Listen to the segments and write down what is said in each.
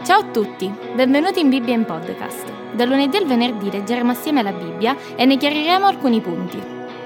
Ciao a tutti, benvenuti in Bibbia in Podcast. Dal lunedì al venerdì leggeremo assieme la Bibbia e ne chiariremo alcuni punti.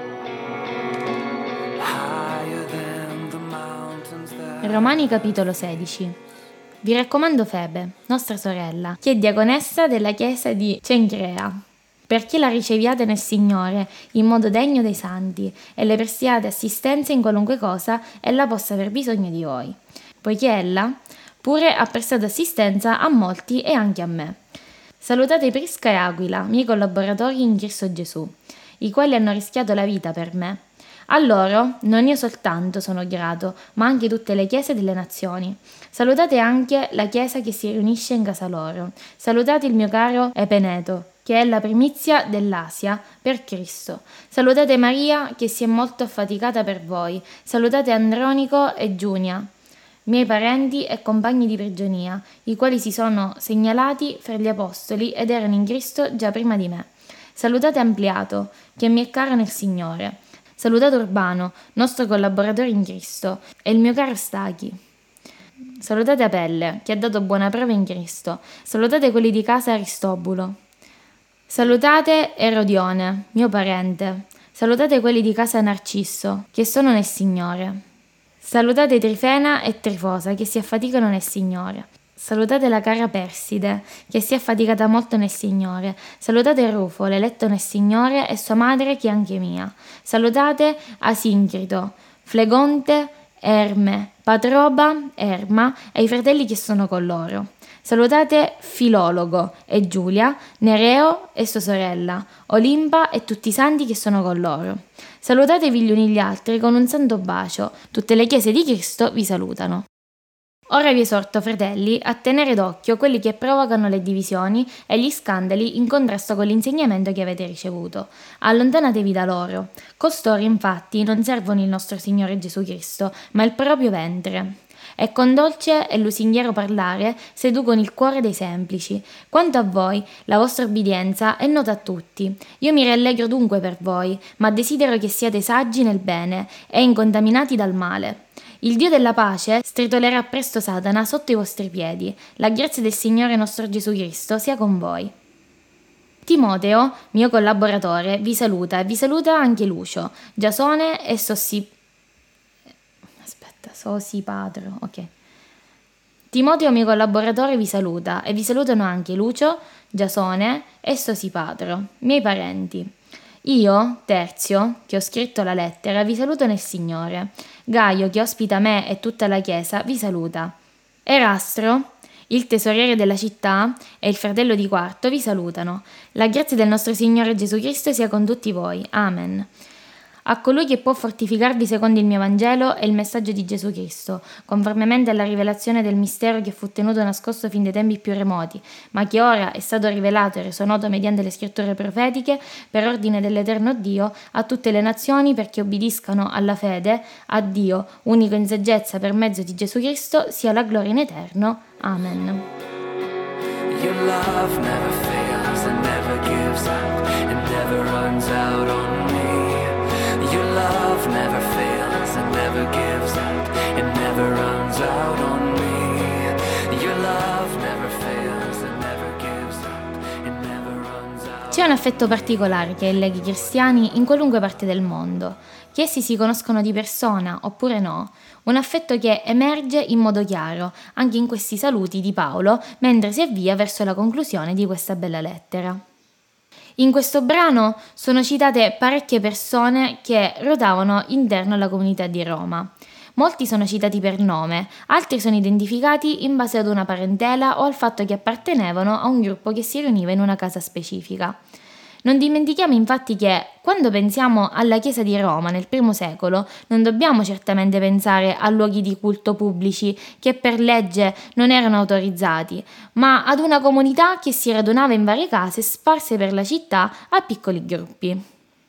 Romani capitolo 16. Vi raccomando Febe, nostra sorella, che è diaconessa della chiesa di Cencrea, perché la riceviate nel Signore in modo degno dei santi e le prestiate assistenza in qualunque cosa ella possa aver bisogno di voi, poiché ella pure ha prestato assistenza a molti e anche a me. Salutate Prisca e Aquila, miei collaboratori in Cristo Gesù, i quali hanno rischiato la vita per me. A loro non io soltanto sono grato, ma anche tutte le chiese delle nazioni. Salutate anche la chiesa che si riunisce in casa loro. Salutate il mio caro Epeneto, che è la primizia dell'Asia per Cristo. Salutate Maria, che si è molto affaticata per voi. Salutate Andronico e Giunia, miei parenti e compagni di prigionia, i quali si sono segnalati fra gli apostoli ed erano in Cristo già prima di me. Salutate Ampliato, che mi è caro nel Signore. Salutate Urbano, nostro collaboratore in Cristo, e il mio caro Stachi. Salutate Apelle, che ha dato buona prova in Cristo. Salutate quelli di casa Aristobulo. Salutate Erodione, mio parente. Salutate quelli di casa Narcisso, che sono nel Signore. Salutate Trifena e Trifosa, che si affaticano nel Signore. Salutate la cara Perside, che si è affaticata molto nel Signore. Salutate Rufo, l'eletto nel Signore, e sua madre, che è anche mia. Salutate Asincrito, Flegonte, Erme, Patroba, Erma e i fratelli che sono con loro. Salutate Filologo e Giulia, Nereo e sua sorella, Olimpa e tutti i santi che sono con loro. Salutatevi gli uni gli altri con un santo bacio. Tutte le chiese di Cristo vi salutano. Ora vi esorto, fratelli, a tenere d'occhio quelli che provocano le divisioni e gli scandali in contrasto con l'insegnamento che avete ricevuto. Allontanatevi da loro. Costoro, infatti, non servono il nostro Signore Gesù Cristo, ma il proprio ventre. E con dolce e lusinghiero parlare seducono il cuore dei semplici. Quanto a voi, la vostra obbedienza è nota a tutti. Io mi rallegro dunque per voi, ma desidero che siate saggi nel bene e incontaminati dal male. Il Dio della pace stritolerà presto Satana sotto i vostri piedi. La grazia del Signore nostro Gesù Cristo sia con voi. Timoteo, mio collaboratore, vi saluta e vi saluta anche Lucio, Giasone e Sosipatro. Ok. Timoteo, mio collaboratore, vi saluta e vi salutano anche Lucio, Giasone e Sosipatro, miei parenti. Io, Terzio, che ho scritto la lettera, vi saluto nel Signore. Gaio, che ospita me e tutta la Chiesa, vi saluta. Erastro, il tesoriere della città, e il fratello di Quarto vi salutano. La grazia del nostro Signore Gesù Cristo sia con tutti voi. Amen. A colui che può fortificarvi secondo il mio Vangelo e il messaggio di Gesù Cristo, conformemente alla rivelazione del mistero che fu tenuto nascosto fin dai tempi più remoti, ma che ora è stato rivelato e reso noto mediante le scritture profetiche, per ordine dell'Eterno Dio, a tutte le nazioni, perché obbediscano alla fede, a Dio, unico in saggezza per mezzo di Gesù Cristo, sia la gloria in eterno. Amen. Your love never fails and never gives up and never runs out on me. Your love never fails and never gives up and never runs out on me. Your love never fails and never gives up and never runs out. C'è un affetto particolare che leghi i cristiani in qualunque parte del mondo, che essi si conoscono di persona oppure no, un affetto che emerge in modo chiaro anche in questi saluti di Paolo mentre si avvia verso la conclusione di questa bella lettera. In questo brano sono citate parecchie persone che ruotavano interno alla comunità di Roma. Molti sono citati per nome, altri sono identificati in base ad una parentela o al fatto che appartenevano a un gruppo che si riuniva in una casa specifica. Non dimentichiamo infatti che, quando pensiamo alla Chiesa di Roma nel I secolo, non dobbiamo certamente pensare a luoghi di culto pubblici che per legge non erano autorizzati, ma ad una comunità che si radunava in varie case sparse per la città a piccoli gruppi.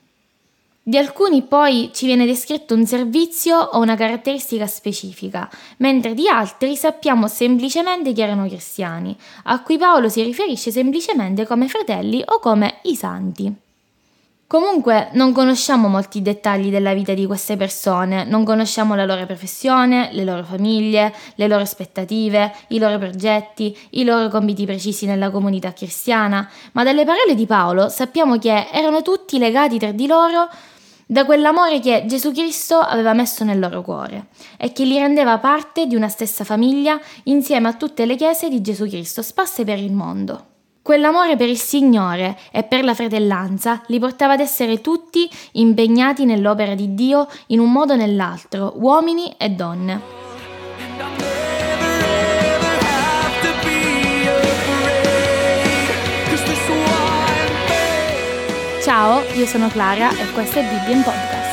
Di alcuni poi ci viene descritto un servizio o una caratteristica specifica, mentre di altri sappiamo semplicemente che erano cristiani, a cui Paolo si riferisce semplicemente come fratelli o come i santi. Comunque non conosciamo molti dettagli della vita di queste persone, non conosciamo la loro professione, le loro famiglie, le loro aspettative, i loro progetti, i loro compiti precisi nella comunità cristiana, ma dalle parole di Paolo sappiamo che erano tutti legati tra di loro da quell'amore che Gesù Cristo aveva messo nel loro cuore e che li rendeva parte di una stessa famiglia insieme a tutte le chiese di Gesù Cristo sparse per il mondo. Quell'amore per il Signore e per la fratellanza li portava ad essere tutti impegnati nell'opera di Dio in un modo o nell'altro, uomini e donne. Ciao, io sono Clara e questo è Bibbia in Podcast.